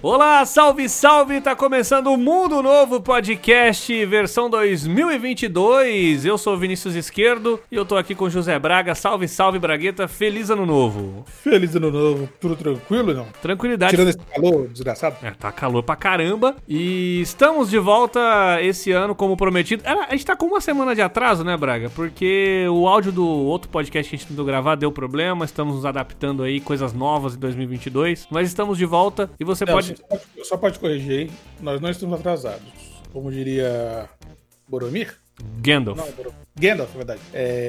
Olá, salve, salve! Tá começando o Mundo Novo Podcast, versão 2022. Eu sou o Vinícius Esquerdo e eu tô aqui com José Braga. Salve, salve, Bragueta. Feliz ano novo. Feliz ano novo. Tudo tranquilo, não? Tranquilidade. Tirando esse calor desgraçado. Tá calor pra caramba. E estamos de volta esse ano, como prometido. A gente tá com uma semana de atraso, né, Braga? Porque o áudio do outro podcast que a gente tentou gravar deu problema. Estamos nos adaptando aí, coisas novas em 2022. Mas estamos de volta e você pode... Só pode corrigir, hein? Nós não estamos atrasados. Como diria Boromir? Gandalf. Não, Gandalf, na verdade.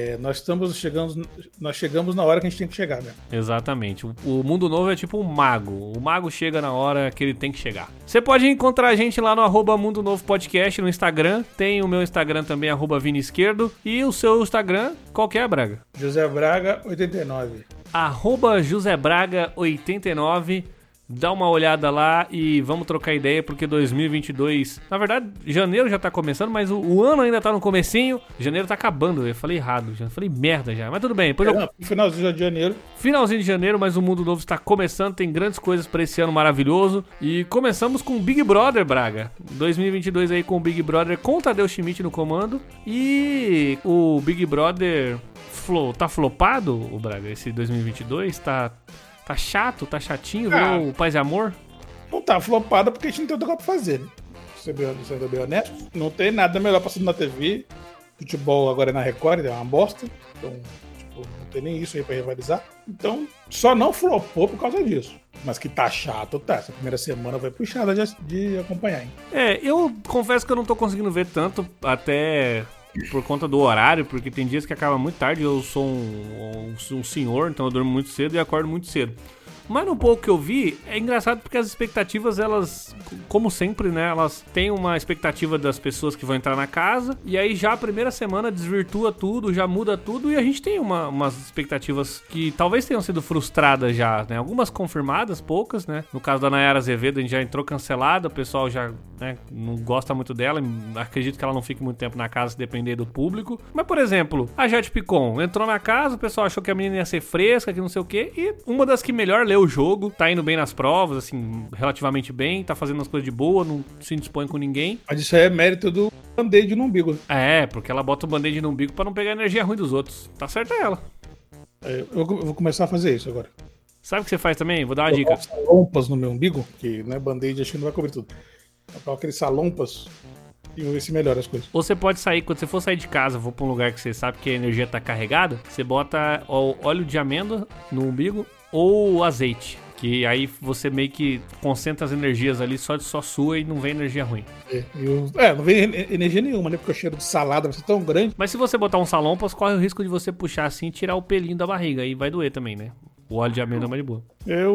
Nós chegamos na hora que a gente tem que chegar, né? Exatamente. O Mundo Novo é tipo um mago. O mago chega na hora que ele tem que chegar. Você pode encontrar a gente lá no @Mundo Novo Podcast no Instagram. Tem o meu Instagram também, @ViniEsquerdo. E o seu Instagram, qual que é, Braga? José Braga 89. @JoséBraga89. Dá uma olhada lá e vamos trocar ideia, porque 2022... Na verdade, janeiro já tá começando, mas o ano ainda tá no comecinho. Janeiro tá acabando, eu falei errado, já falei merda já, mas tudo bem. Finalzinho de janeiro. Finalzinho de janeiro, mas o Mundo Novo está começando, tem grandes coisas pra esse ano maravilhoso. E começamos com o Big Brother, Braga. 2022 aí com o Big Brother, com o Tadeu Schmidt no comando. E o Big Brother tá flopado, o Braga, esse 2022, Tá chato, tá chatinho, virou Paz e Amor? Não tá flopada porque a gente não tem outra coisa pra fazer, né? Sendo bem honesto, não tem nada melhor passando na TV. Futebol agora é na Record, é uma bosta. Então, não tem nem isso aí pra rivalizar. Então, só não flopou por causa disso. Mas que tá chato, tá. Essa primeira semana vai puxada de acompanhar, hein? Eu confesso que eu não tô conseguindo ver tanto, até... por conta do horário, porque tem dias que acaba muito tarde. Eu sou um senhor, então eu durmo muito cedo e acordo muito cedo. Mas no pouco que eu vi, é engraçado porque as expectativas, elas, como sempre, né, elas têm uma expectativa das pessoas que vão entrar na casa, e aí já a primeira semana desvirtua tudo, já muda tudo, e a gente tem umas expectativas que talvez tenham sido frustradas já, né, algumas confirmadas, poucas, né, no caso da Nayara Azevedo, a gente já entrou cancelada, o pessoal já, né, não gosta muito dela, acredito que ela não fique muito tempo na casa se depender do público. Mas, por exemplo, a Jade Picon entrou na casa, o pessoal achou que a menina ia ser fresca, que não sei o quê, e uma das que melhor leu o jogo, tá indo bem nas provas, assim, relativamente bem, tá fazendo as coisas de boa, não se indispõe com ninguém. Mas isso aí é mérito do band-aid no umbigo. Porque ela bota o band-aid no umbigo pra não pegar a energia ruim dos outros. Tá certa ela. Eu vou começar a fazer isso agora. Sabe o que você faz também? Vou dar uma dica. Salompas no meu umbigo, que né, band-aid acho que não vai cobrir tudo. Eu coloco aqueles salompas e vou ver se melhora as coisas. Ou você pode sair, quando você for sair de casa, for pra um lugar que você sabe que a energia tá carregada, você bota óleo de amêndoa no umbigo ou azeite. Que aí você meio que concentra as energias ali só sua e não vem energia ruim. Não vem energia nenhuma, né? Porque o cheiro de salada vai ser tão grande. Mas se você botar um salompas, corre o risco de você puxar assim e tirar o pelinho da barriga. Aí vai doer também, né? O óleo de amêndoa é mais de boa.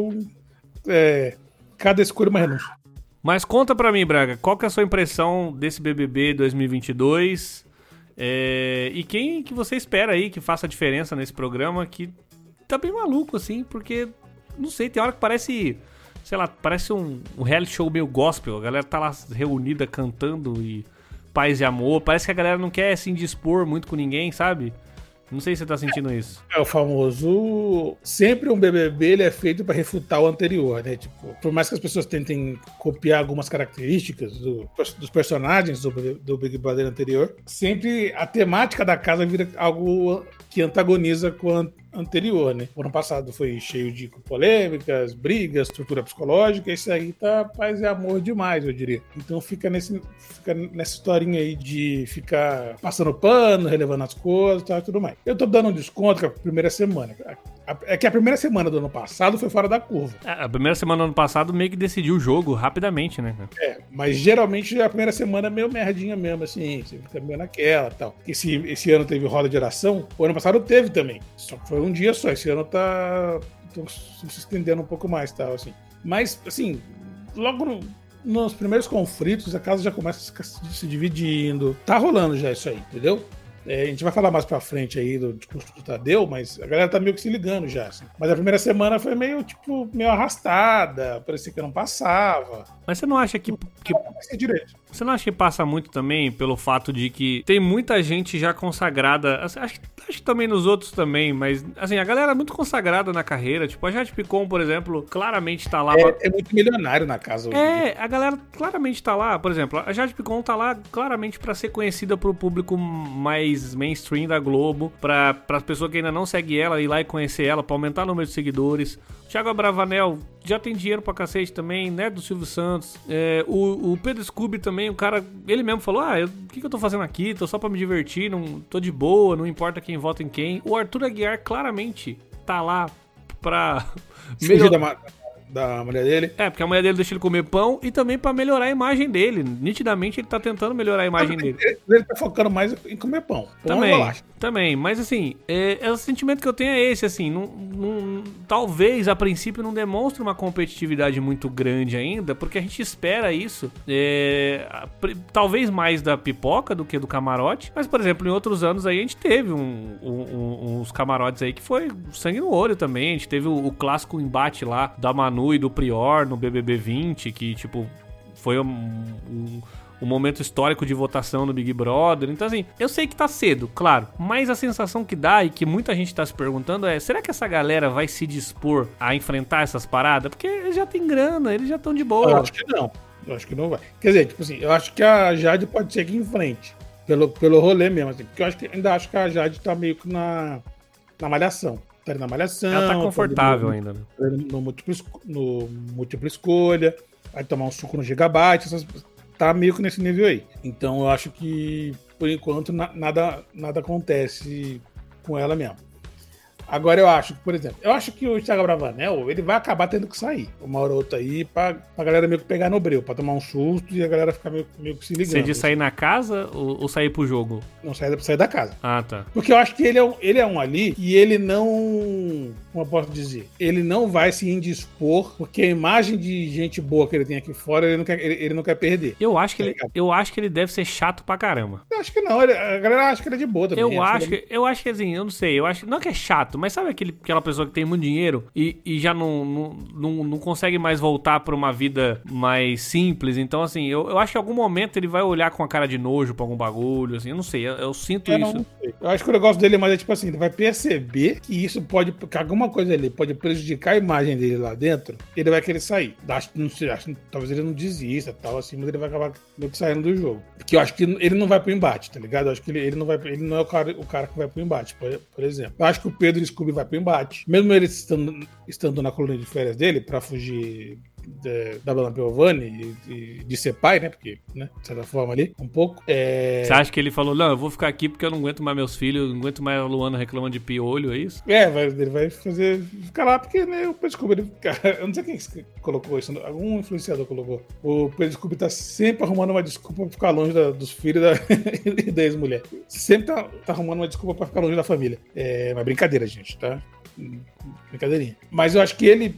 Cada escolha é uma renúncia. Mas conta pra mim, Braga, qual que é a sua impressão desse BBB 2022? E quem que você espera aí que faça a diferença nesse programa, que tá bem maluco, assim, porque, não sei, tem hora que parece, sei lá, parece um reality show meio gospel, a galera tá lá reunida cantando e paz e amor, parece que a galera não quer se indispor muito com ninguém, sabe? Não sei se você tá sentindo isso. É o famoso... Sempre um BBB ele é feito pra refutar o anterior, né? Tipo, por mais que as pessoas tentem copiar algumas características dos personagens do Big Brother anterior, sempre a temática da casa vira algo que antagoniza com a anterior, né? O ano passado foi cheio de polêmicas, brigas, estrutura psicológica, esse aí tá paz e amor demais, eu diria. Então fica nessa historinha aí de ficar passando pano, relevando as coisas e tudo mais. Eu tô dando um desconto com a primeira semana. É que a primeira semana do ano passado foi fora da curva. A primeira semana do ano passado meio que decidiu o jogo rapidamente, né? Mas geralmente a primeira semana é meio merdinha mesmo, assim, você fica meio naquela e tal. Esse ano teve roda de oração, o ano passado teve também, só que foi um dia só, esse ano tá se estendendo um pouco mais, tal, assim. Mas, assim, logo nos primeiros conflitos, a casa já começa se dividindo, tá rolando já isso aí, entendeu? A gente vai falar mais pra frente aí do discurso do Tadeu, mas a galera tá meio que se ligando já, assim. Mas a primeira semana foi meio arrastada, parecia que não passava. Mas você não acha que... Não vai ser direito. Você não acha que passa muito também pelo fato de que tem muita gente já consagrada, acho que também nos outros também, mas assim, a galera é muito consagrada na carreira, tipo a Jade Picon, por exemplo, claramente tá lá... É muito milionário na casa hoje. A galera claramente tá lá, por exemplo, a Jade Picon tá lá claramente pra ser conhecida pro público mais mainstream da Globo, pra pessoa que ainda não segue ela ir lá e conhecer ela, pra aumentar o número de seguidores. O Thiago Abravanel já tem dinheiro pra cacete também, né, do Silvio Santos. O Pedro Scooby também, o cara, ele mesmo falou, o que eu tô fazendo aqui? Tô só pra me divertir, não tô de boa, não importa quem vota em quem. O Arthur Aguiar claramente tá lá pra... Fugir da mulher dele. Porque a mulher dele deixa ele comer pão e também pra melhorar a imagem dele. Nitidamente ele tá tentando melhorar a imagem dele. Ele tá focando mais em comer pão. Também, mas assim, o sentimento que eu tenho é esse, assim, talvez a princípio não demonstre uma competitividade muito grande ainda, porque a gente espera isso, talvez mais da pipoca do que do camarote, mas por exemplo, em outros anos aí a gente teve uns camarotes aí que foi sangue no olho também, a gente teve o clássico embate lá da Manu e do Prior no BBB 20, que tipo, foi um momento histórico de votação no Big Brother. Então assim, eu sei que tá cedo, claro, mas a sensação que dá e que muita gente tá se perguntando é, será que essa galera vai se dispor a enfrentar essas paradas? Porque eles já têm grana, eles já estão de boa. Eu acho que não. Eu acho que não vai. Quer dizer, tipo assim, eu acho que a Jade pode ser que em frente. Pelo rolê mesmo, assim. Porque eu ainda acho que a Jade tá meio que na malhação. Tá na malhação. Ela tá confortável ainda, né? No múltipla escolha. Vai tomar um suco no Gigabyte. Tá meio que nesse nível aí. Então eu acho que, por enquanto, nada acontece com ela mesmo. Agora eu acho que, por exemplo, o Thiago Abravanel, ele vai acabar tendo que sair uma hora ou outra aí pra galera meio que pegar no breu, pra tomar um susto e a galera ficar meio que se ligando. Você diz sair na casa ou sair pro jogo? Não, sair da casa. Ah, tá. Porque eu acho que ele é um ali e ele não... Como eu posso dizer? Ele não vai se indispor, porque a imagem de gente boa que ele tem aqui fora, ele não quer perder. Eu acho que ele deve ser chato pra caramba. Eu acho que não, a galera acha que ele é de boa também. Eu acho que assim, eu não sei, não é que é chato, mas sabe aquela pessoa que tem muito dinheiro e já não consegue mais voltar pra uma vida mais simples? Então, assim, eu acho que em algum momento ele vai olhar com a cara de nojo pra algum bagulho, assim, eu não sei, eu sinto isso. Não sei. Eu acho que o negócio dele é mais, tipo assim, ele vai perceber que isso pode, que alguma coisa ali pode prejudicar a imagem dele lá dentro, ele vai querer sair. Não sei, talvez ele não desista, tal, assim, mas ele vai acabar meio que saindo do jogo. Porque eu acho que ele não vai pro embate, tá ligado? Eu acho que ele não é o cara que vai pro embate, por exemplo. Eu acho que o Pedro Scooby vai pro embate. Mesmo ele estando na coluna de férias dele pra fugir da Bela Piovani e de ser pai, né? Porque, né? De certa forma ali, um pouco. Você acha que ele falou, não, eu vou ficar aqui porque eu não aguento mais meus filhos, não aguento mais a Luana reclamando de piolho, é isso? Ele vai ficar lá porque, né, o Pedro Scooby, eu não sei quem colocou isso, algum influenciador colocou. O Pedro Scooby tá sempre arrumando uma desculpa pra ficar longe dos filhos e da ex-mulher. Sempre tá arrumando uma desculpa pra ficar longe da família. É uma brincadeira, gente, tá? Brincadeirinha. Mas eu acho que ele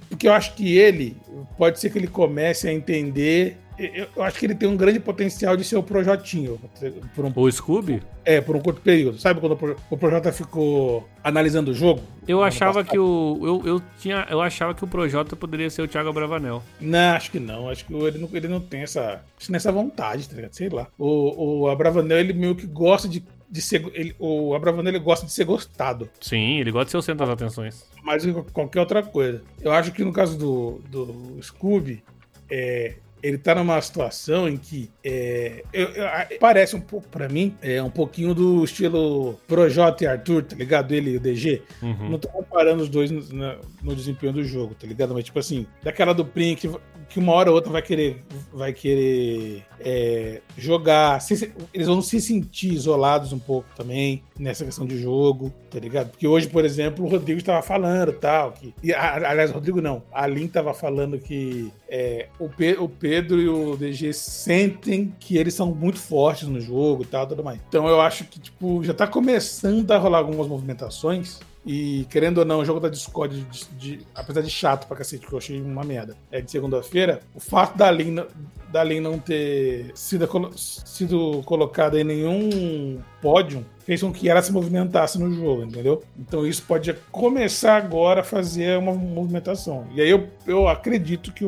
pode ser que ele comece a entender. Eu acho que ele tem um grande potencial de ser o Projotinho. O Scooby? Por um curto período. Sabe quando o Projota ficou analisando o jogo? Eu achava que eu achava que o Projota poderia ser o Thiago Abravanel. Não, acho que não. Acho que ele não tem essa vontade, tá ligado? Sei lá. O Abravanel, ele meio que gosta de ser... O Abravanel, ele gosta de ser gostado. Sim, ele gosta de ser o centro das atenções. Mais do que qualquer outra coisa. Eu acho que no caso do Scooby, ele tá numa situação em que parece um pouco, pra mim, um pouquinho do estilo Projota e Arthur, tá ligado? Ele e o DG. Uhum. Não tô comparando os dois no desempenho do jogo, tá ligado? Mas tipo assim, daquela duplinha que uma hora ou outra vai querer jogar. Eles vão se sentir isolados um pouco também nessa questão de jogo, tá ligado? Porque hoje, por exemplo, o Rodrigo estava falando tal, aliás, o Rodrigo não, a Lin estava falando que o Pedro e o DG sentem que eles são muito fortes no jogo e tal, tudo mais. Então eu acho que tipo, já tá começando a rolar algumas movimentações. E, querendo ou não, o jogo da Discord, apesar de chato pra cacete, que eu achei uma merda, de segunda-feira, o fato da Lin não ter sido colocada em nenhum pódio fez com que ela se movimentasse no jogo, entendeu? Então isso pode começar agora a fazer uma movimentação. E aí eu acredito que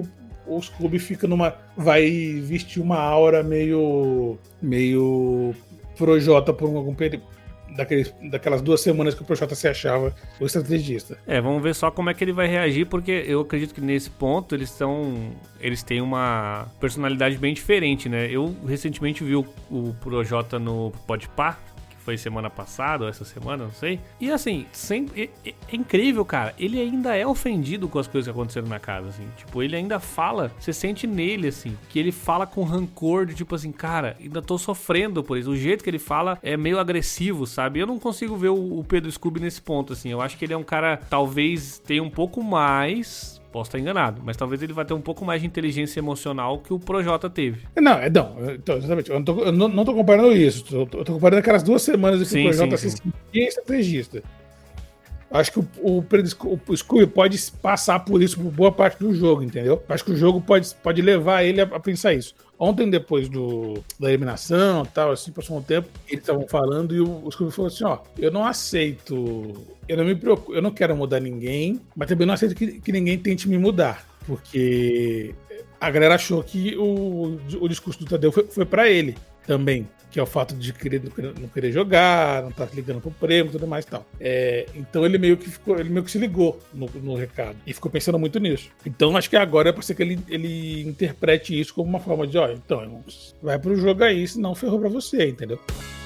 o Scooby fica vai vestir uma aura meio Projota por algum período. Daquelas 2 semanas que o Projota se achava o estrategista. Vamos ver só como é que ele vai reagir, porque eu acredito que nesse ponto eles têm uma personalidade bem diferente, né? Eu recentemente vi o Projota no Podpah, foi semana passada ou essa semana, não sei. E assim, é incrível, cara. Ele ainda é ofendido com as coisas que aconteceram na casa, assim. Tipo, ele ainda fala, você sente nele, assim, que ele fala com rancor de tipo assim, cara, ainda tô sofrendo por isso. O jeito que ele fala é meio agressivo, sabe? Eu não consigo ver o Pedro Scooby nesse ponto, assim. Eu acho que ele é um cara, talvez tenha um pouco mais... Posso estar enganado, mas talvez ele vai ter um pouco mais de inteligência emocional que o Projota teve. Não, então, exatamente. Eu não tô comparando isso. Eu tô comparando aquelas 2 semanas que o Projota se sentia estrategista. Acho que o Scooby pode passar por isso por boa parte do jogo, entendeu? Acho que o jogo pode levar ele a pensar isso. Ontem, depois da eliminação e tal, assim, passou um tempo, eles estavam falando e o Scooby falou assim, eu não aceito, eu não me preocupo, eu não quero mudar ninguém, mas também não aceito que ninguém tente me mudar, porque a galera achou que o discurso do Tadeu foi pra ele também, que é o fato de não querer jogar, não estar ligando pro prêmio e tudo mais e tal. Então ele meio que se ligou no recado e ficou pensando muito nisso. Então acho que agora pode ser que ele interprete isso como uma forma de, então, vai pro jogo aí, senão ferrou pra você, entendeu?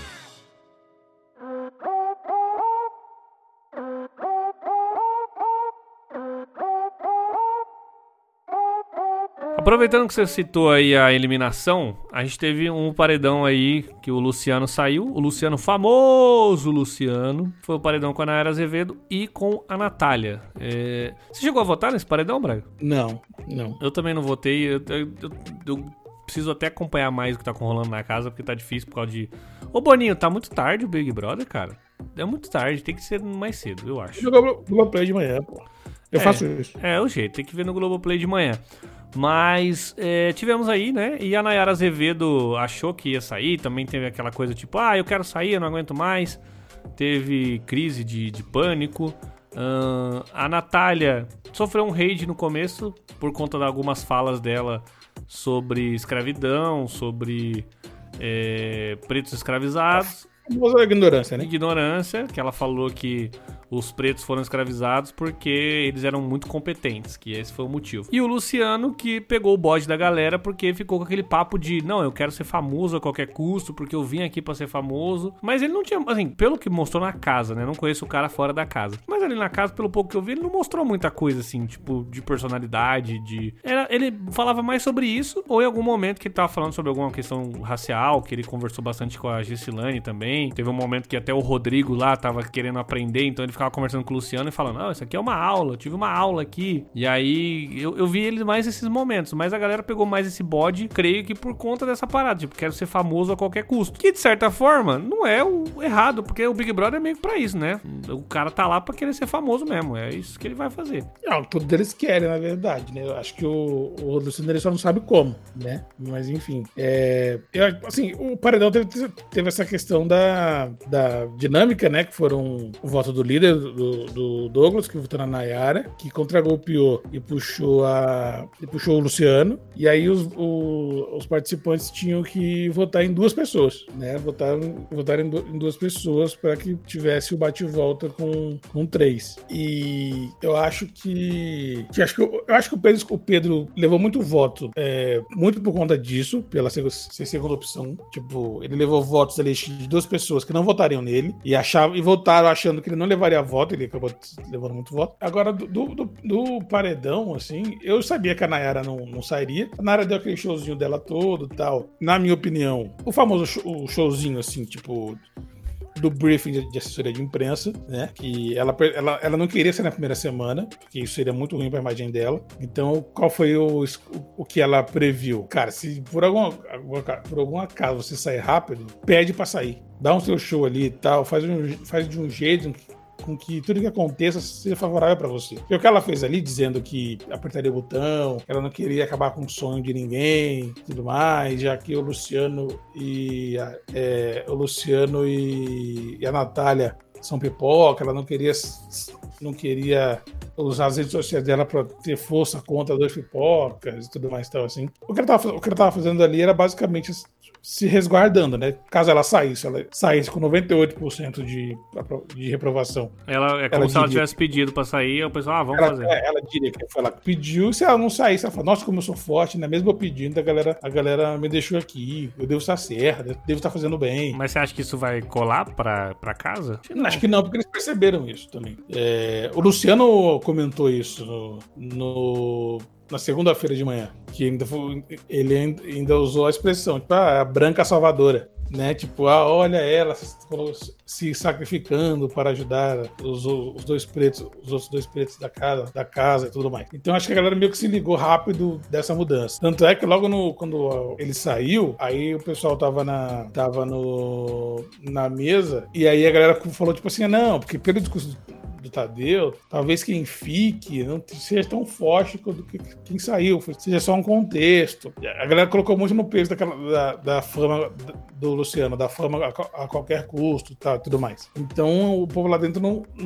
Aproveitando que você citou aí a eliminação, a gente teve um paredão aí que o Luciano saiu. O Luciano, famoso Luciano, foi o paredão com a Nayara Azevedo e com a Natália. Você chegou a votar nesse paredão, Braga? Não. Eu também não votei. Eu preciso até acompanhar mais o que tá rolando na casa, porque tá difícil por causa de... Ô, Boninho, tá muito tarde o Big Brother, cara. É muito tarde, tem que ser mais cedo, eu acho. Jogar o Globoplay de manhã, pô. Eu faço isso. É o jeito, tem que ver no Globoplay de manhã. Mas tivemos aí, né? E a Nayara Azevedo achou que ia sair. Também teve aquela coisa tipo, eu quero sair, eu não aguento mais. Teve crise de pânico. A Natália sofreu um hate no começo por conta de algumas falas dela sobre escravidão, sobre pretos escravizados. Ignorância, né? Ignorância, que ela falou que os pretos foram escravizados porque eles eram muito competentes, que esse foi o motivo. E o Luciano, que pegou o bode da galera porque ficou com aquele papo de, não, eu quero ser famoso a qualquer custo, porque eu vim aqui pra ser famoso. Mas ele não tinha, assim, pelo que mostrou na casa, né? Não conheço o cara fora da casa. Mas ali na casa, pelo pouco que eu vi, ele não mostrou muita coisa, assim, tipo, de personalidade, ele falava mais sobre isso, ou em algum momento que ele tava falando sobre alguma questão racial, que ele conversou bastante com a Gessilane também. Teve um momento que até o Rodrigo lá tava querendo aprender, então ele ficava conversando com o Luciano e falando, não, isso aqui é uma aula, eu tive uma aula aqui. E aí eu vi ele mais nesses momentos, mas a galera pegou mais esse bode, creio que por conta dessa parada, tipo, quero ser famoso a qualquer custo. Que de certa forma não é o errado, porque o Big Brother é meio que pra isso, né? O cara tá lá pra querer ser famoso mesmo, é isso que ele vai fazer. Não, tudo eles querem, na verdade, né? Eu acho que o Luciano ele só não sabe como, né? Mas enfim, assim, o Paredão teve essa questão da dinâmica, né? Que foram o voto do líder, do Douglas, que votou na Nayara, que contragolpeou e puxou o Luciano. E aí os participantes tinham que votar em 2 pessoas, né? Votar em 2 pessoas para que tivesse o bate-volta com 3. E eu acho que o Pedro levou muito voto, muito por conta disso, pela ser segunda opção. Tipo, ele levou votos ali de 2 pessoas que não votariam nele e votaram achando que ele não levaria voto, ele acabou levando muito voto. Agora, do paredão, assim, eu sabia que a Nayara não sairia. A Nayara deu aquele showzinho dela todo e tal. Na minha opinião, o famoso showzinho, assim, tipo, do briefing de assessoria de imprensa, né? Que ela não queria ser na primeira semana, porque isso seria muito ruim pra imagem dela. Então, qual foi o que ela previu? Cara, se por algum acaso você sair rápido, pede pra sair. Dá um seu show ali e tal, faz de um jeito com que tudo que aconteça seja favorável pra você. E o que ela fez ali, dizendo que apertaria o botão, ela não queria acabar com o sonho de ninguém, tudo mais, já que o Luciano e a Natália são pipoca, ela não queria usar as redes sociais dela pra ter força contra dois pipocas e tudo mais e tal, assim. O que ela tava fazendo ali era basicamente se resguardando, né? Caso ela saísse com 98% de reprovação. É como se ela tivesse pedido pra sair, o pessoal, vamos fazer. Ela diria que foi ela que pediu, se ela não saísse, ela fala, nossa, como eu sou forte, né? Mesmo eu pedindo, a galera me deixou aqui, eu devo estar certa, devo estar fazendo bem. Mas você acha que isso vai colar pra casa? Acho que não, porque eles perceberam isso também. O Luciano comentou isso na segunda-feira de manhã, que ele ainda usou a expressão, tipo, a branca salvadora, né? Tipo, olha ela se sacrificando para ajudar os outros dois pretos da casa e tudo mais. Então acho que a galera meio que se ligou rápido dessa mudança. Tanto é que logo quando ele saiu, aí o pessoal tava na mesa, e aí a galera falou tipo assim, não, porque pelo discurso do Tadeu, talvez quem fique não seja tão forte quanto quem saiu, seja só um contexto. A galera colocou muito no peso da fama do Luciano, da fama a qualquer custo e tudo mais. Então o povo lá dentro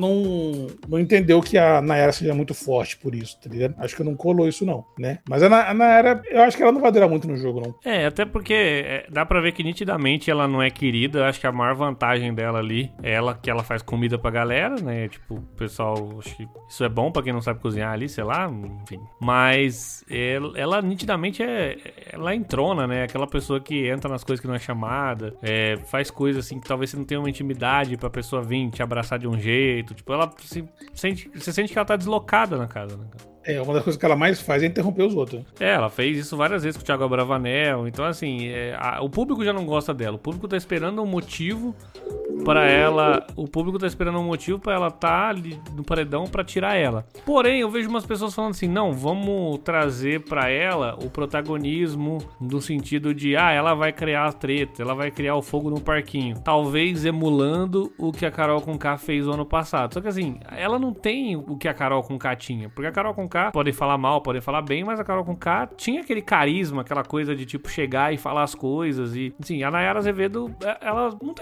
não entendeu que a Nayara seja muito forte por isso, tá ligado? Acho que não colou isso não, né? Mas a Nayara, eu acho que ela não vai durar muito no jogo, não. Até porque dá pra ver que nitidamente ela não é querida. Acho que a maior vantagem dela ali é que ela faz comida pra galera, né? Tipo, o pessoal, acho que isso é bom pra quem não sabe cozinhar ali, sei lá, enfim. Mas ela nitidamente ela é entrona, né? Aquela pessoa que entra nas coisas que não é chamada, faz coisas assim que talvez você não tenha uma intimidade pra pessoa vir te abraçar de um jeito. Tipo, você sente que ela tá deslocada na casa, né? Uma das coisas que ela mais faz é interromper os outros. Ela fez isso várias vezes com o Thiago Abravanel. Então, assim, o público já não gosta dela. O público tá esperando um motivo pra ela. O público tá esperando um motivo pra ela estar ali no paredão pra tirar ela. Porém, eu vejo umas pessoas falando assim: não, vamos trazer pra ela o protagonismo no sentido de, ela vai criar a treta, ela vai criar o fogo no parquinho. Talvez emulando o que a Carol Conká fez o ano passado. Só que, assim, ela não tem o que a Carol Conká tinha. Porque a Carol Conká podem falar mal, podem falar bem, mas a Carol Conká tinha aquele carisma, aquela coisa de tipo chegar e falar as coisas. E assim, a Nayara Azevedo, ela não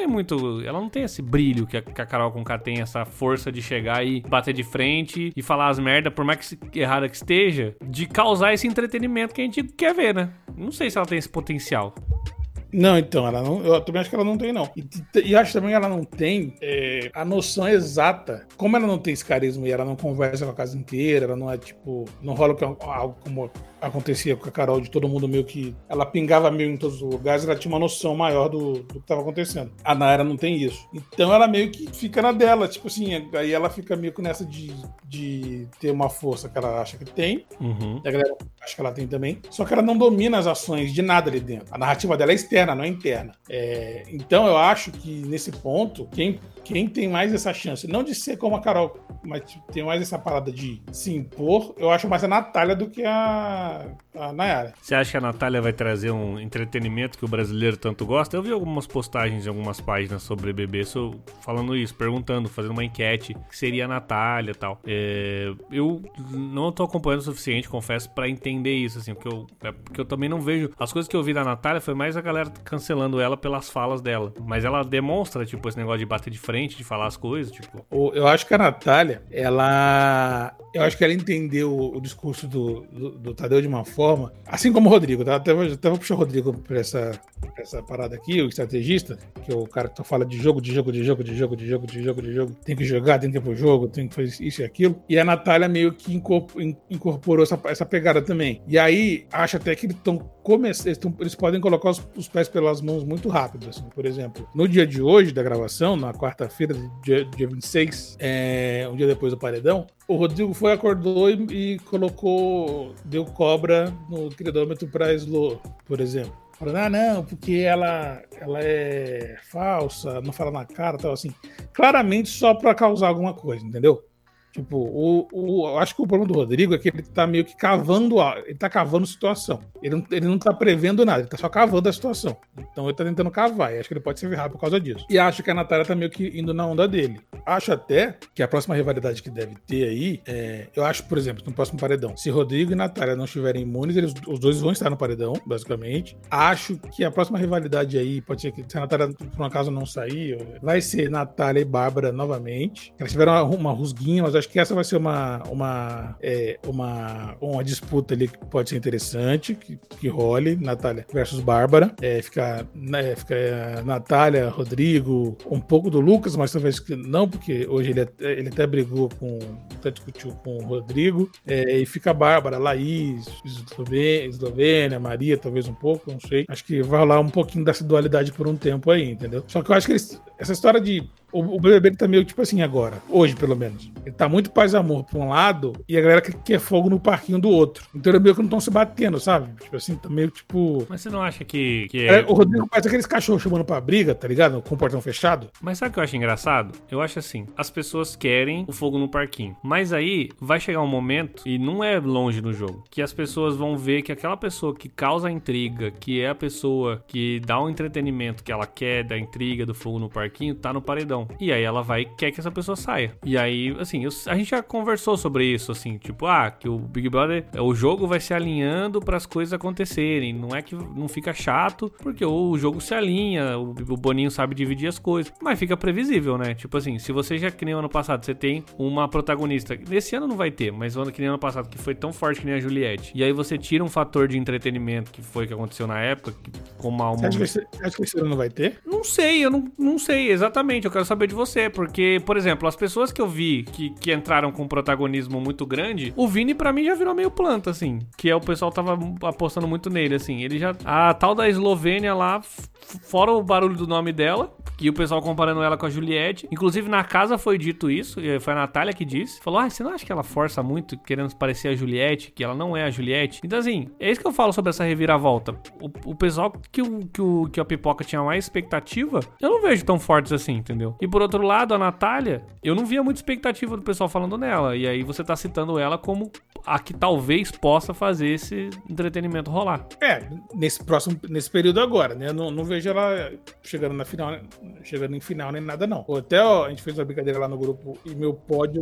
tem esse brilho que a Carol Conká tem, essa força de chegar e bater de frente e falar as merdas, por mais que errada que esteja, de causar esse entretenimento que a gente quer ver, né? Não sei se ela tem esse potencial. Não, então, eu também acho que ela não tem, não. E acho também que ela não tem a noção exata. Como ela não tem esse carisma e ela não conversa com a casa inteira, ela não é tipo. Não rola algo como acontecia com a Carol, de todo mundo meio que. Ela pingava meio em todos os lugares, ela tinha uma noção maior do que estava acontecendo. A Nayara não tem isso. Então ela meio que fica na dela, tipo assim, aí ela fica meio que nessa de ter uma força que ela acha que tem. Uhum. E a galera acha que ela tem também. Só que ela não domina as ações de nada ali dentro. A narrativa dela é externa, não é interna. Então eu acho que nesse ponto, quem tem mais essa chance, não de ser como a Carol, mas tem mais essa parada de se impor, eu acho mais a Natália do que a Nayara. Você acha que a Natália vai trazer um entretenimento que o brasileiro tanto gosta? Eu vi algumas postagens em algumas páginas sobre BBB falando isso, perguntando, fazendo uma enquete que seria a Natália e tal. Eu não tô acompanhando o suficiente, confesso, pra entender isso, assim, porque eu também não vejo. As coisas que eu vi da Natália foi mais a galera cancelando ela pelas falas dela. Mas ela demonstra, tipo, esse negócio de bater de frente, de falar as coisas, tipo. Eu acho que a Natália, eu acho que ela entendeu o discurso do Tadeu de uma forma, assim como o Rodrigo, tá? Até vou puxar o Rodrigo pra essa parada aqui, o estrategista, que é o cara que só fala de jogo, tem que jogar, tem que ir pro jogo, tem que fazer isso e aquilo. E a Natália meio que incorporou essa pegada também. E aí, acho até que eles podem colocar os pés pelas mãos muito rápido, assim. Por exemplo, no dia de hoje da gravação, na quarta-feira, dia 26, um dia depois do paredão, o Rodrigo acordou e deu cobra no queridômetro pra Slo, por exemplo. Falando, não, porque ela é falsa, não fala na cara, tal, assim. Claramente só pra causar alguma coisa, entendeu? Tipo, acho que o problema do Rodrigo é que ele tá meio que cavando situação. Ele não tá prevendo nada, ele tá só cavando a situação. Então ele tá tentando cavar, e acho que ele pode se ferrar por causa disso. E acho que a Natália tá meio que indo na onda dele. acho até que a próxima rivalidade que deve ter aí, eu acho, por exemplo, no próximo paredão, se Rodrigo e Natália não estiverem imunes, os dois vão estar no paredão, basicamente. Acho que a próxima rivalidade aí, pode ser que se a Natália por um acaso não sair, vai ser Natália e Bárbara novamente. Elas tiveram uma rusguinha, mas acho que essa vai ser uma disputa ali que pode ser interessante, que role, Natália versus Bárbara. Fica Natália, Rodrigo, um pouco do Lucas, mas talvez não, porque hoje ele até brigou até discutiu com o Rodrigo. E fica a Bárbara, Laís, Eslovênia, Maria, talvez um pouco, não sei. Acho que vai rolar um pouquinho dessa dualidade por um tempo aí, entendeu? Só que eu acho que essa história de o BBB tá meio tipo assim agora, hoje pelo menos. Ele tá muito paz e amor pra um lado e a galera quer fogo no parquinho do outro. Então ele meio que não estão se batendo, sabe? Tipo assim, tá meio tipo... Mas você não acha que O Rodrigo parece aqueles cachorros chamando pra briga, tá ligado? Com o portão fechado. Mas sabe o que eu acho engraçado? Eu acho assim, as pessoas querem o fogo no parquinho. Mas aí vai chegar um momento, e não é longe no jogo, que as pessoas vão ver que aquela pessoa que causa a intriga, que é a pessoa que dá o entretenimento que ela quer, da intriga, do fogo no parquinho, tá no paredão. E aí ela quer que essa pessoa saia. E aí, assim, a gente já conversou sobre isso, assim, tipo, que o Big Brother, o jogo vai se alinhando para as coisas acontecerem. Não é que não fica chato, porque o jogo se alinha, o Boninho sabe dividir as coisas, mas fica previsível, né? Tipo assim, se você já, que nem o ano passado, você tem uma protagonista, nesse ano não vai ter, mas que nem o ano passado, que foi tão forte que nem a Juliette, e aí você tira um fator de entretenimento, que foi o que aconteceu na época, como Você acha que esse ano não vai ter? Não sei, eu não sei exatamente, eu quero saber de você, porque, por exemplo, as pessoas que eu vi que entraram com um protagonismo muito grande, o Vini pra mim já virou meio planta, assim, que o pessoal tava apostando muito nele, assim, ele já, a tal da Eslovênia lá, fora o barulho do nome dela, e o pessoal comparando ela com a Juliette, inclusive na casa foi dito isso, foi a Natália que disse, falou, você não acha que ela força muito, querendo parecer a Juliette, que ela não é a Juliette? Então, assim, é isso que eu falo sobre essa reviravolta, o pessoal que a Pipoca tinha mais expectativa, eu não vejo tão fortes assim, entendeu? E por outro lado, a Natália, eu não via muita expectativa do pessoal falando nela, e aí você tá citando ela como a que talvez possa fazer esse entretenimento rolar. Nesse período agora, né? Eu não vejo ela chegando em final nem nada, não. Até, a gente fez uma brincadeira lá no grupo e meu pódio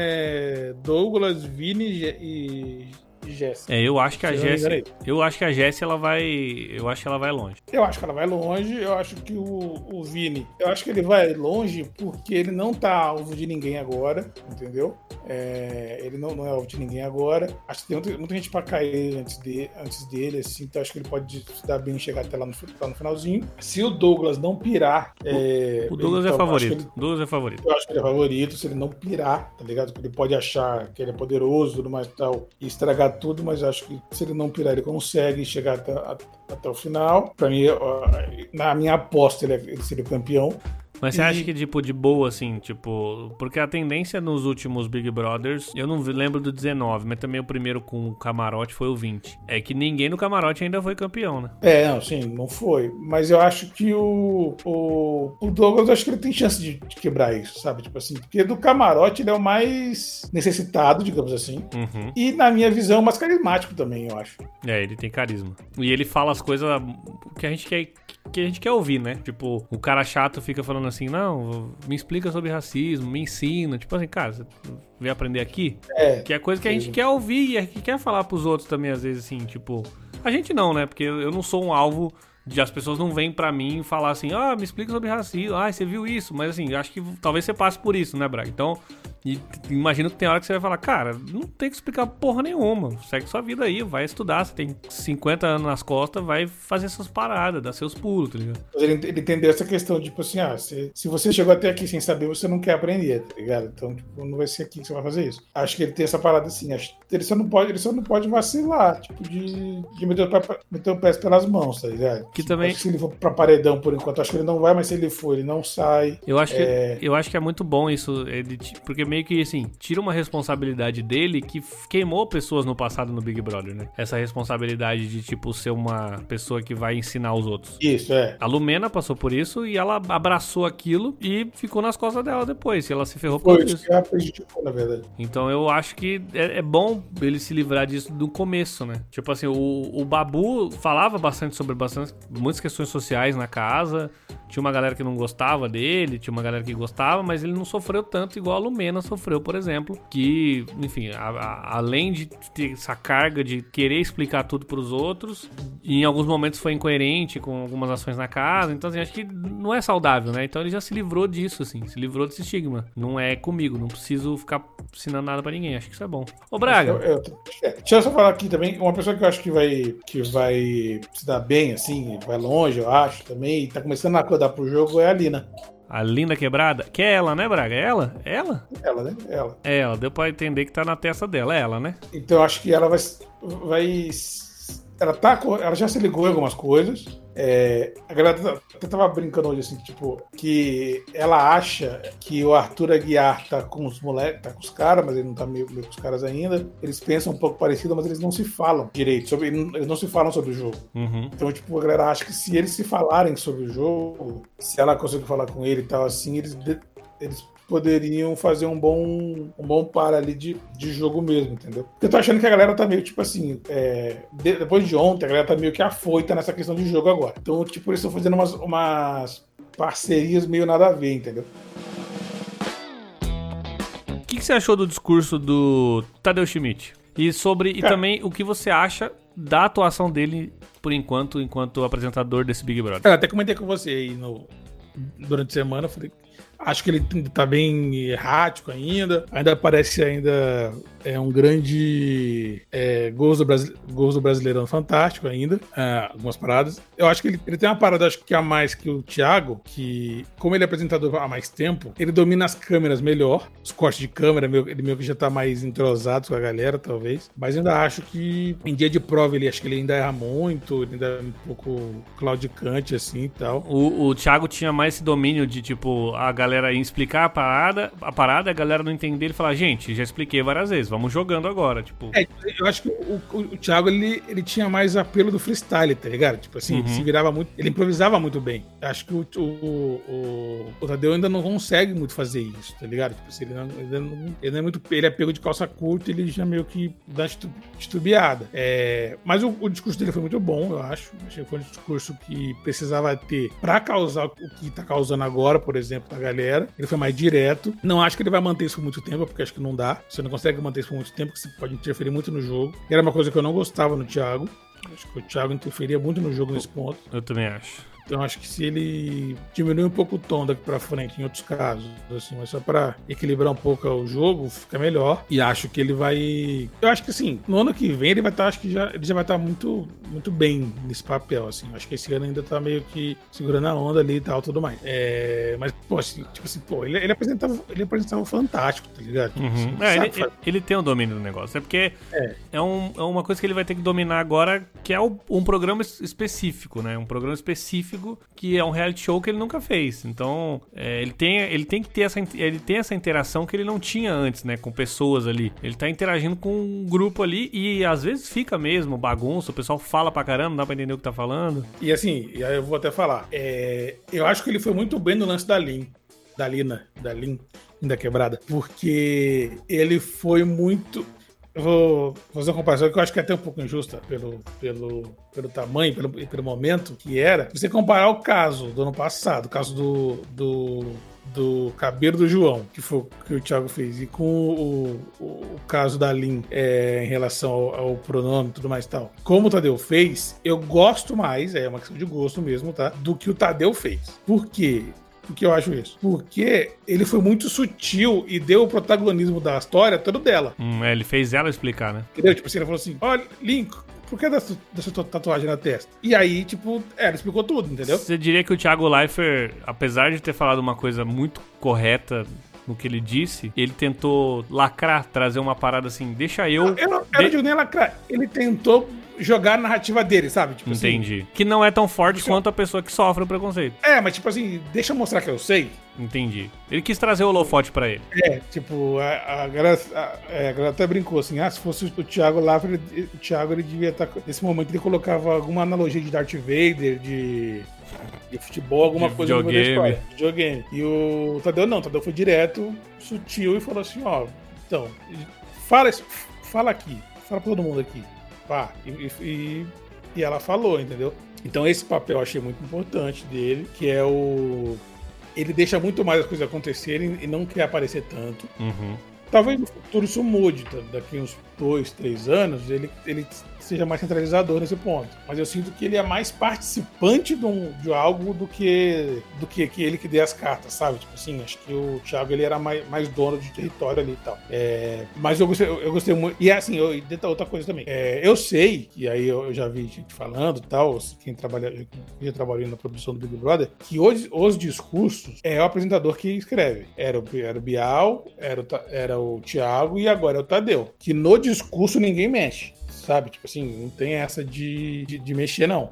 é Douglas, Vini e Jéssica. Eu acho que a Jéssica ela vai longe. Eu acho que ela vai longe. Eu acho que o Vini, eu acho que ele vai longe porque ele não tá alvo de ninguém agora, entendeu? Ele não é alvo de ninguém agora. Acho que tem muita gente pra cair antes dele, assim, então acho que ele pode se dar bem e chegar até lá no finalzinho. Se o Douglas não pirar... o Douglas é favorito. Douglas é favorito. Eu acho que ele é favorito, se ele não pirar, tá ligado? Porque ele pode achar que ele é poderoso e tudo mais e tal, e estragar tudo, mas acho que se ele não pirar, ele consegue chegar até o final. Pra mim, na minha aposta, ele seria o campeão. Mas você acha que, tipo, de boa, assim, tipo... Porque a tendência nos últimos Big Brothers... Eu não lembro do 19, mas também o primeiro com o camarote foi o 20. É que ninguém no camarote ainda foi campeão, né? Não, sim, não foi. Mas eu acho que o Douglas, acho que ele tem chance de quebrar isso, sabe? Tipo assim, porque do camarote ele é o mais necessitado, digamos assim. Uhum. E, na minha visão, o mais carismático também, eu acho. Ele tem carisma. E ele fala as coisas que a gente quer ouvir, né? Tipo, o cara chato fica falando assim, não, me explica sobre racismo, me ensina. Tipo assim, cara, você veio aprender aqui? Que é coisa que a gente quer ouvir e que quer falar pros outros também, às vezes, assim, tipo... A gente não, né? Porque eu não sou um alvo... As pessoas não vêm pra mim falar assim, me explica sobre racismo, você viu isso? Mas assim, acho que talvez você passe por isso, né, Braga? Então, imagino que tem hora que você vai falar, cara, não tem que explicar porra nenhuma, segue sua vida aí, vai estudar, você tem 50 anos nas costas, vai fazer suas paradas, dar seus pulos, tá ligado? Ele entendeu essa questão, tipo assim, se você chegou até aqui sem saber, você não quer aprender, tá ligado? Então, tipo, não vai ser aqui que você vai fazer isso. Acho que ele tem essa parada assim, ele só não pode vacilar, tipo, de meter o pé pelas mãos, tá ligado? Que também... Se ele for pra paredão por enquanto, acho que ele não vai, mas se ele for, ele não sai. Eu acho que é muito bom isso, porque meio meio que, assim, tira uma responsabilidade dele que queimou pessoas no passado no Big Brother, né? Essa responsabilidade de, tipo, ser uma pessoa que vai ensinar os outros. Isso, é. A Lumena passou por isso e ela abraçou aquilo e ficou nas costas dela depois. E ela se ferrou por isso. Foi isso que ela prejudicou, na verdade. Então eu acho que é bom ele se livrar disso do começo, né? Tipo assim, o Babu falava bastante sobre muitas questões sociais na casa. Tinha uma galera que não gostava dele, tinha uma galera que gostava, mas ele não sofreu tanto igual a Lumena sofreu, por exemplo. Que, enfim, além de ter essa carga de querer explicar tudo pros outros, em alguns momentos foi incoerente com algumas ações na casa. Então, assim, acho que não é saudável, né? Então ele já se livrou disso, assim, se livrou desse estigma. Não é comigo, não preciso ficar ensinando nada pra ninguém. Acho que isso é bom. Ô, Braga. Deixa eu só falar aqui também, uma pessoa que eu acho que vai se dar bem, assim, vai longe, eu acho, também, e tá começando a acordar pro jogo, é a Lina. A Linda Quebrada? Que é ela, né, Braga? É ela? É ela? Ela, né? Ela. É ela, deu pra entender que tá na testa dela, é ela, né? Então eu acho que ela vai ela já se ligou em algumas coisas. A galera até tava brincando hoje, assim, tipo, que ela acha que o Arthur Aguiar tá com os moleques, tá com os caras, mas ele não tá meio com os caras ainda. Eles pensam um pouco parecido, mas eles não se falam direito, eles não se falam sobre o jogo. Uhum. Então, tipo, a galera acha que se eles se falarem sobre o jogo, se ela conseguir falar com ele e tal, assim, eles poderiam fazer um bom par ali de jogo mesmo, entendeu? Porque eu tô achando que a galera tá meio, tipo assim, depois de ontem, a galera tá meio que afoita nessa questão de jogo agora. Então, tipo, eles estão fazendo umas parcerias meio nada a ver, entendeu? O que você achou do discurso do Tadeu Schmidt? E também o que você acha da atuação dele, por enquanto apresentador desse Big Brother? Eu até comentei com você aí durante a semana, falei, acho que ele tá bem errático ainda parece um grande gols do Brasileirão fantástico ainda, algumas paradas. Eu acho que ele tem uma parada, acho que a mais que o Thiago, que como ele é apresentador há mais tempo, ele domina as câmeras melhor, os cortes de câmera, ele meio que já tá mais entrosado com a galera, talvez, mas ainda acho que em dia de prova acho que ele ainda erra muito, ele ainda é um pouco claudicante assim e tal. O Thiago tinha mais esse domínio de, tipo, a galera ia explicar a parada, a galera não entender, ele falar, gente, já expliquei várias vezes, vamos jogando agora, tipo... Eu acho que o Thiago, ele tinha mais apelo do freestyle, tá ligado? Tipo assim, ele se virava muito, ele improvisava muito bem. Acho que o Tadeu ainda não consegue muito fazer isso, tá ligado? Tipo assim, ele não é muito... Ele é pego de calça curta, ele já meio que dá titubeada. Mas o discurso dele foi muito bom, eu acho. Achei que foi um discurso que precisava ter pra causar o que tá causando agora, por exemplo, na galera. Ele foi mais direto. Não acho que ele vai manter isso por muito tempo, porque acho que não dá. Você não consegue manter isso por muito tempo, que você pode interferir muito no jogo. E era uma coisa que eu não gostava no Thiago. Acho que o Thiago interferia muito no jogo nesse ponto. Eu também acho. Então acho que se ele diminuir um pouco o tom daqui pra frente, em outros casos, assim, mas só pra equilibrar um pouco o jogo, fica melhor. E acho que ele vai... Eu acho que assim, no ano que vem ele vai estar, acho que ele já vai estar muito, muito bem nesse papel, assim. Acho que esse ano ainda tá meio que segurando a onda ali e tal, tudo mais. Mas, pô, assim, tipo assim, pô, ele apresentava fantástico, tá ligado? Uhum. Ele tem o domínio do negócio. É porque é uma coisa que ele vai ter que dominar agora, que é um programa específico, né? Um programa específico que é um reality show que ele nunca fez. Então, ele tem que ter essa interação que ele não tinha antes, né? Com pessoas ali. Ele tá interagindo com um grupo ali e às vezes fica mesmo bagunça, o pessoal fala pra caramba, não dá pra entender o que tá falando. E assim, eu vou até falar, eu acho que ele foi muito bem no lance da Linda Quebrada, porque ele foi muito... Eu vou fazer uma comparação que eu acho que é até um pouco injusta pelo tamanho, pelo momento que era. Se você comparar o caso do ano passado, o caso do cabelo do João, que foi o que o Thiago fez, e com o caso da Lin em relação ao pronome e tudo mais e tal, como o Tadeu fez, eu gosto mais, é uma questão de gosto mesmo, tá? Do que o Tadeu fez. Por quê? Por que eu acho isso? Porque ele foi muito sutil e deu o protagonismo da história todo dela. Ele fez ela explicar, né? Entendeu? Tipo assim, ele falou assim, olha, Link, por que dessa tatuagem na testa? E aí, tipo, ela explicou tudo, entendeu? Você diria que o Thiago Leifert, apesar de ter falado uma coisa muito correta no que ele disse, ele tentou lacrar, trazer uma parada assim, deixa eu... Eu não digo nem lacrar, ele tentou jogar a narrativa dele, sabe? Tipo Entendi. assim, Que não é tão forte quanto a pessoa que sofre o preconceito. mas tipo assim, deixa eu mostrar que eu sei. Entendi. Ele quis trazer o holofote pra ele. Tipo, a galera até brincou assim, se fosse o Thiago lá, o Thiago ele devia estar. Nesse momento ele colocava alguma analogia de Darth Vader, de futebol, alguma coisa no meio da história. De videogame. E o Tadeu não, o Tadeu foi direto, sutil e falou assim, então, fala aqui, fala pra todo mundo aqui. Pá, e ela falou, entendeu? Então esse papel eu achei muito importante dele, que é ele deixa muito mais as coisas acontecerem e não quer aparecer tanto. Uhum. Talvez no futuro isso mude, daqui uns 2, 3 anos, ele seja mais centralizador nesse ponto. Mas eu sinto que ele é mais participante de algo do que ele que dê as cartas, sabe? Tipo assim, acho que o Thiago ele era mais dono de território ali e tal. Mas eu gostei muito. E assim, outra coisa também. Eu sei, e aí eu já vi gente falando e tal, quem já trabalhou na produção do Big Brother, que hoje os discursos é o apresentador que escreve. Era o Bial, era o Thiago e agora é o Tadeu. Que no discurso ninguém mexe. Sabe? Tipo assim, não tem essa de mexer, não.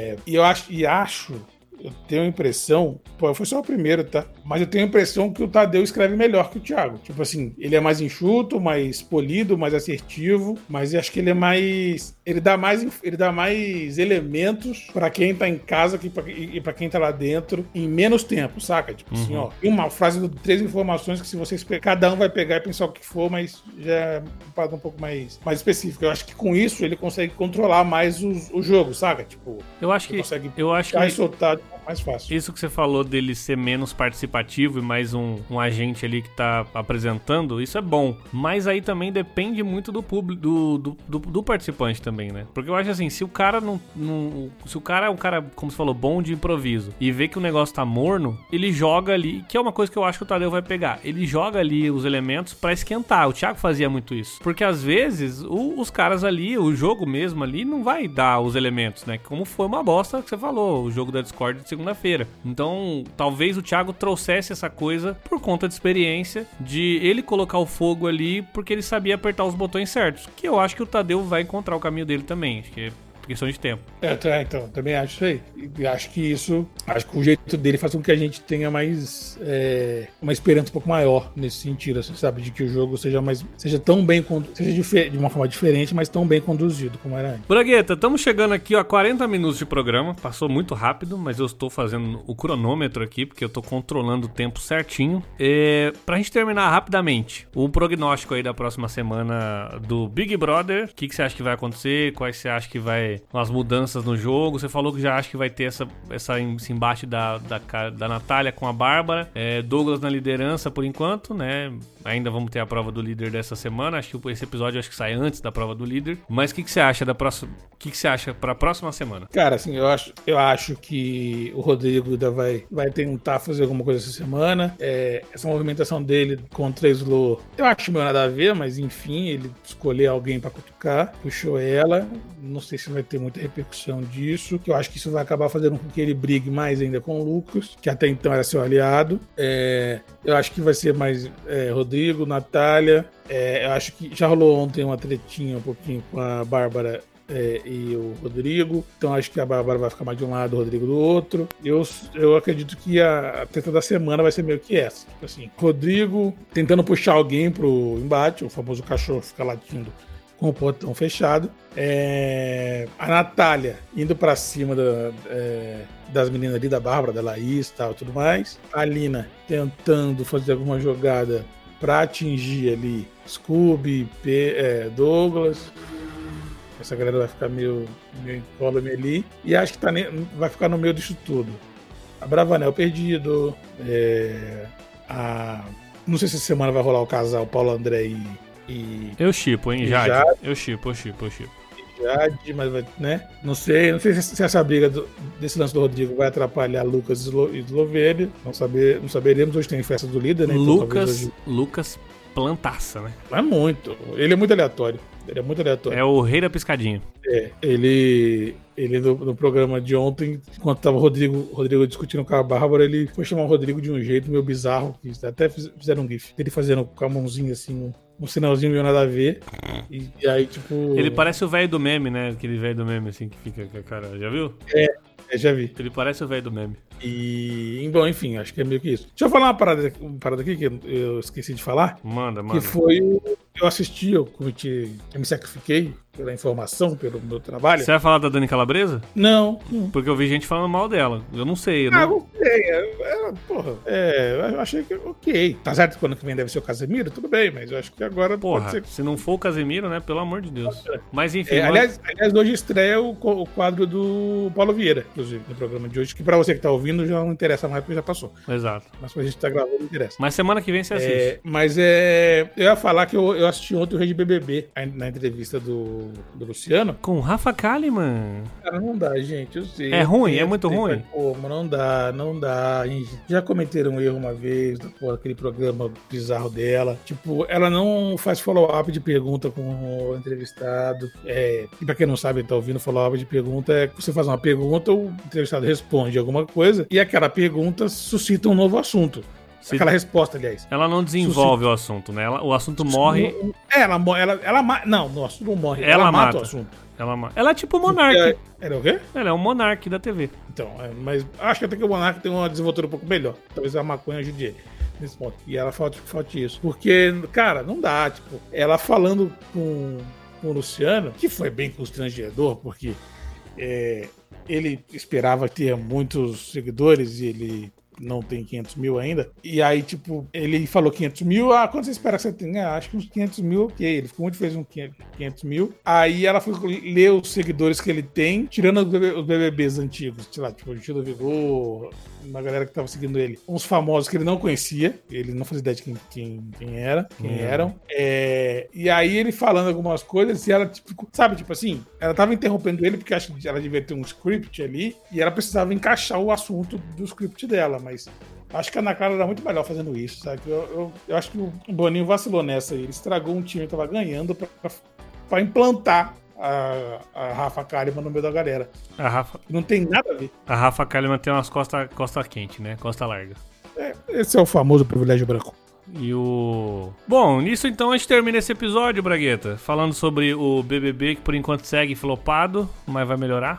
Eu tenho a impressão, eu fui só o primeiro, tá? Mas eu tenho a impressão que o Tadeu escreve melhor que o Thiago. Tipo assim, ele é mais enxuto, mais polido, mais assertivo, mas eu acho que ele é mais... Ele dá mais elementos pra quem tá em casa e pra quem tá lá dentro em menos tempo, saca? Tipo assim, tem uma frase de 3 informações que se vocês cada um vai pegar e pensar o que for, mas já é um pouco mais específico. Eu acho que com isso ele consegue controlar mais o jogo, saca? Tipo, eu acho que soltar mais fácil. Isso que você falou dele ser menos participativo e mais um agente ali que tá apresentando, isso é bom. Mas aí também depende muito do público, do participante também, né? Porque eu acho assim, se o cara se o cara é um cara, como você falou, bom de improviso e vê que o negócio tá morno, ele joga ali, que é uma coisa que eu acho que o Tadeu vai pegar. Ele joga ali os elementos pra esquentar. O Thiago fazia muito isso. Porque às vezes os caras ali, o jogo mesmo ali, não vai dar os elementos, né? Como foi uma bosta que você falou, o jogo da Discord de segunda-feira. Então, talvez o Thiago trouxesse essa coisa por conta de experiência, de ele colocar o fogo ali porque ele sabia apertar os botões certos. Que eu acho que o Tadeu vai encontrar o caminho dele também. Acho que é questão de tempo. Então, também acho isso aí. E acho que o jeito dele faz com que a gente tenha mais uma esperança um pouco maior nesse sentido, assim, sabe? De que o jogo seja tão bem seja de uma forma diferente, mas tão bem conduzido como era antes. Bragueta, estamos chegando aqui a 40 minutos de programa. Passou muito rápido, mas eu estou fazendo o cronômetro aqui, porque eu estou controlando o tempo certinho. Pra gente terminar rapidamente, o prognóstico aí da próxima semana do Big Brother. O que você acha que vai acontecer? Quais você acha que vai... as mudanças no jogo? Você falou que já acha que vai ter esse embate da Natália com a Bárbara. Douglas na liderança por enquanto, né? Ainda vamos ter a prova do líder dessa semana. Acho que esse episódio sai antes da prova do líder. Mas o que você acha o que você acha pra próxima semana? Cara, assim, eu acho que o Rodrigo ainda vai tentar fazer alguma coisa essa semana. Essa movimentação dele contra a Slo, eu acho meio nada a ver, mas enfim, ele escolheu alguém pra cutucar, puxou ela. Não sei se vai ter muita repercussão disso, que eu acho que isso vai acabar fazendo com que ele brigue mais ainda com o Lucas, que até então era seu aliado. Eu acho que vai ser mais Rodrigo, Natália. Eu acho que já rolou ontem uma tretinha um pouquinho com a Bárbara e o Rodrigo, então acho que a Bárbara vai ficar mais de um lado, o Rodrigo do outro. Eu acredito que a treta da semana vai ser meio que essa, tipo assim, Rodrigo tentando puxar alguém pro embate, o famoso cachorro fica latindo com o portão fechado. A Natália indo pra cima das meninas ali, da Bárbara, da Laís e tal, tudo mais. A Alina tentando fazer alguma jogada pra atingir ali Scooby, Douglas. Essa galera vai ficar meio incólume ali. E acho que vai ficar no meio disso tudo. A Bravanel perdido. Não sei se essa semana vai rolar o casal Paulo André e eu shippo, hein, Jade. Eu shippo. Jade, mas vai, né? Não sei se essa briga desse lance do Rodrigo vai atrapalhar Lucas e Eslovênia. Não saberemos. Hoje tem festa do líder, né? Então, Lucas plantaça, né? Mas muito. Ele é muito aleatório. É o rei da piscadinha. Ele no programa de ontem, enquanto tava o Rodrigo discutindo com a Bárbara, ele foi chamar o Rodrigo de um jeito meio bizarro, que até fizeram um gif. Ele fazendo com a mãozinha assim, um sinalzinho meio nada a ver. E aí, tipo... Ele parece o velho do meme, né? Aquele velho do meme, assim, que fica com a cara... Já viu? Já vi. Ele parece o velho do meme. E, bom, enfim, acho que é meio que isso. Deixa eu falar uma parada aqui que eu esqueci de falar. Manda. Que foi eu assisti, eu me sacrifiquei pela informação, pelo meu trabalho. Você vai falar da Dani Calabresa? Não. Porque eu vi gente falando mal dela. Eu não sei. Porra. Eu achei que ok. Tá certo que quando que vem deve ser o Casemiro? Tudo bem, mas eu acho que agora porra, pode ser. Se não for o Casemiro, né? Pelo amor de Deus. Mas enfim. Aliás, hoje estreia o quadro do Paulo Vieira, inclusive, no programa de hoje, que pra você que tá ouvindo já não interessa mais porque já passou. Exato. Mas pra gente tá gravando não interessa. Mas semana que vem você assiste. Eu ia falar que eu assisti ontem o Rei de BBB, na entrevista do Luciano. Com o Rafa Kalimann. Cara, não dá, gente, eu sei. É ruim? É muito ruim? Como, não dá, gente. Já cometeram um erro uma vez, aquele programa bizarro dela. Tipo, ela não faz follow-up de pergunta com o entrevistado. E pra quem não sabe, tá ouvindo, follow-up de pergunta é que você faz uma pergunta, o entrevistado responde alguma coisa, e aquela pergunta suscita um novo assunto. Aquela resposta, aliás. Ela não desenvolve o assunto, né? O assunto morre. Não, o assunto não morre. Ela mata o assunto. Ela é tipo o Monark. Ela é o quê? Ela é o Monark da TV. Então, mas acho que até que o Monark tem uma desenvoltura um pouco melhor. Talvez a maconha ajude ele nesse ponto. E ela falte isso. Porque, cara, não dá. Tipo, ela falando com o Luciano, que foi bem constrangedor, porque ele esperava ter muitos seguidores e ele não tem 500 mil ainda. E aí, tipo, ele falou 500 mil. Quanto você espera que você tenha? Acho que uns 500 mil, ok. Ele ficou muito feliz com 500 mil. Aí ela foi ler os seguidores que ele tem, tirando os BBBs antigos, sei lá, tipo, o Gil do Vigor, uma galera que tava seguindo ele. Uns famosos que ele não conhecia. Ele não fazia ideia de quem eram. E aí ele falando algumas coisas e ela, tipo, sabe, tipo assim, ela tava interrompendo ele porque acho que ela devia ter um script ali e ela precisava encaixar o assunto do script dela, mas acho que a Ana Clara era muito melhor fazendo isso, sabe? Eu acho que o Boninho vacilou nessa. Ele estragou um time que tava ganhando pra implantar a Rafa Kalimann no meio da galera. Não tem nada a ver. A Rafa Kalimann tem umas costas quente, né? Costa larga. Esse é o famoso privilégio branco. Bom, nisso então a gente termina esse episódio, Bragueta, falando sobre o BBB, que por enquanto segue flopado, mas vai melhorar.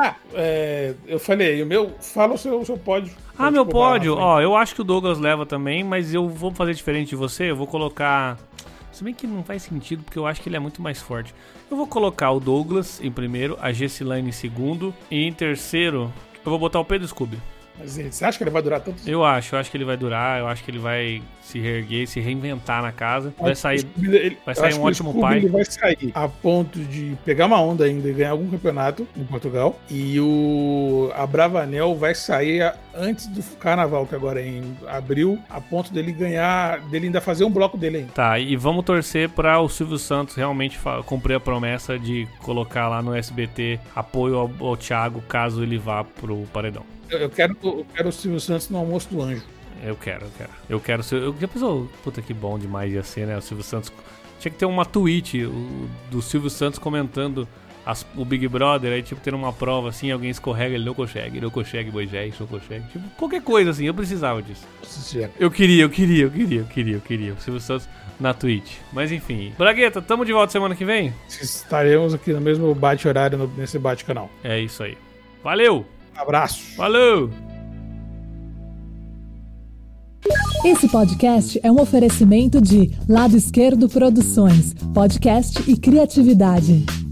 Eu falei, o meu... Fala o seu pódio. Meu pódio. Eu acho que o Douglas leva também, mas eu vou fazer diferente de você. Eu vou colocar... Se bem que não faz sentido, porque eu acho que ele é muito mais forte. Eu vou colocar o Douglas em primeiro, a Gessilane em segundo, e em terceiro eu vou botar o Pedro Scooby. Mas você acha que ele vai durar tanto? Eu acho que ele vai durar, eu acho que ele vai se reerguer, se reinventar na casa. Vai sair um ótimo pai. Ele vai sair a ponto de pegar uma onda ainda e ganhar algum campeonato em Portugal. E a Bravanel vai sair antes do carnaval, que agora é em abril, a ponto dele ainda fazer um bloco dele ainda. Tá, e vamos torcer para o Silvio Santos realmente cumprir a promessa de colocar lá no SBT apoio ao Thiago caso ele vá pro paredão. Eu quero o Silvio Santos no almoço do anjo. Eu quero ser. Já pensou? Puta, que bom demais ia ser, né? O Silvio Santos. Tinha que ter uma tweet do Silvio Santos comentando o Big Brother, aí tipo tendo uma prova assim, alguém escorrega, ele não consegue, Moisés, não consegue. Tipo, qualquer coisa assim, eu precisava disso. Eu queria. O Silvio Santos na Twitch. Mas enfim. Bragueta, tamo de volta semana que vem? Estaremos aqui no mesmo bate-horário, nesse bate-canal. É isso aí. Valeu! Abraço. Falou! Esse podcast é um oferecimento de Lado Esquerdo Produções, podcast e criatividade.